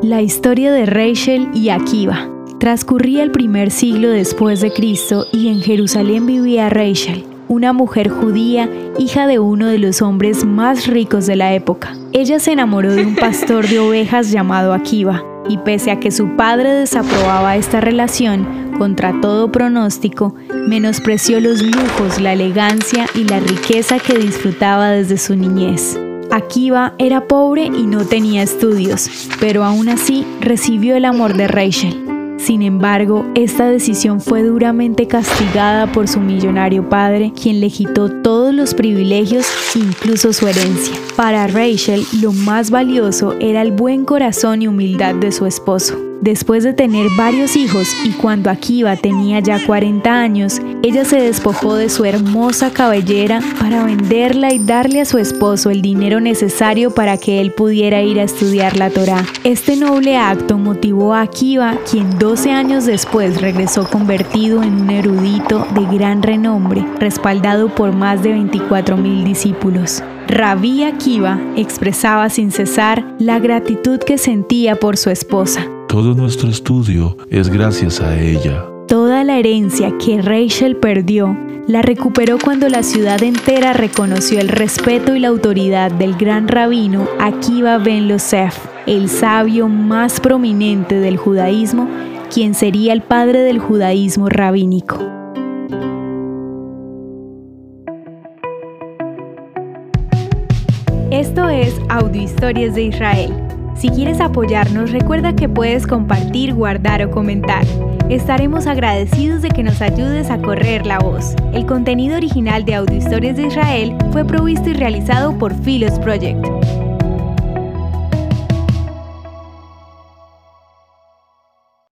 La historia de Rachel y Akiva. Transcurría el primer siglo después de Cristo y en Jerusalén vivía Rachel, una mujer judía, hija de uno de los hombres más ricos de la época. Ella se enamoró de un pastor de ovejas llamado Akiva, y pese a que su padre desaprobaba esta relación, contra todo pronóstico, menospreció los lujos, la elegancia y la riqueza que disfrutaba desde su niñez. Akiva era pobre y no tenía estudios, pero aún así recibió el amor de Rachel. Sin embargo, esta decisión fue duramente castigada por su millonario padre, quien le quitó todos los privilegios, incluso su herencia. Para Rachel, lo más valioso era el buen corazón y humildad de su esposo. Después de tener varios hijos y cuando Akiva tenía ya 40 años, ella se despojó de su hermosa cabellera para venderla y darle a su esposo el dinero necesario para que él pudiera ir a estudiar la Torá. Este noble acto motivó a Akiva, quien 12 años después regresó convertido en un erudito de gran renombre, respaldado por más de 24,000 discípulos. Rabí Akiva expresaba sin cesar la gratitud que sentía por su esposa. Todo nuestro estudio es gracias a ella. Toda la herencia que Rachel perdió, la recuperó cuando la ciudad entera reconoció el respeto y la autoridad del gran rabino Akiva ben Yosef, el sabio más prominente del judaísmo, quien sería el padre del judaísmo rabínico. Esto es Audio Historias de Israel. Si quieres apoyarnos, recuerda que puedes compartir, guardar o comentar. Estaremos agradecidos de que nos ayudes a correr la voz. El contenido original de Audio Historias de Israel fue provisto y realizado por Philos Project.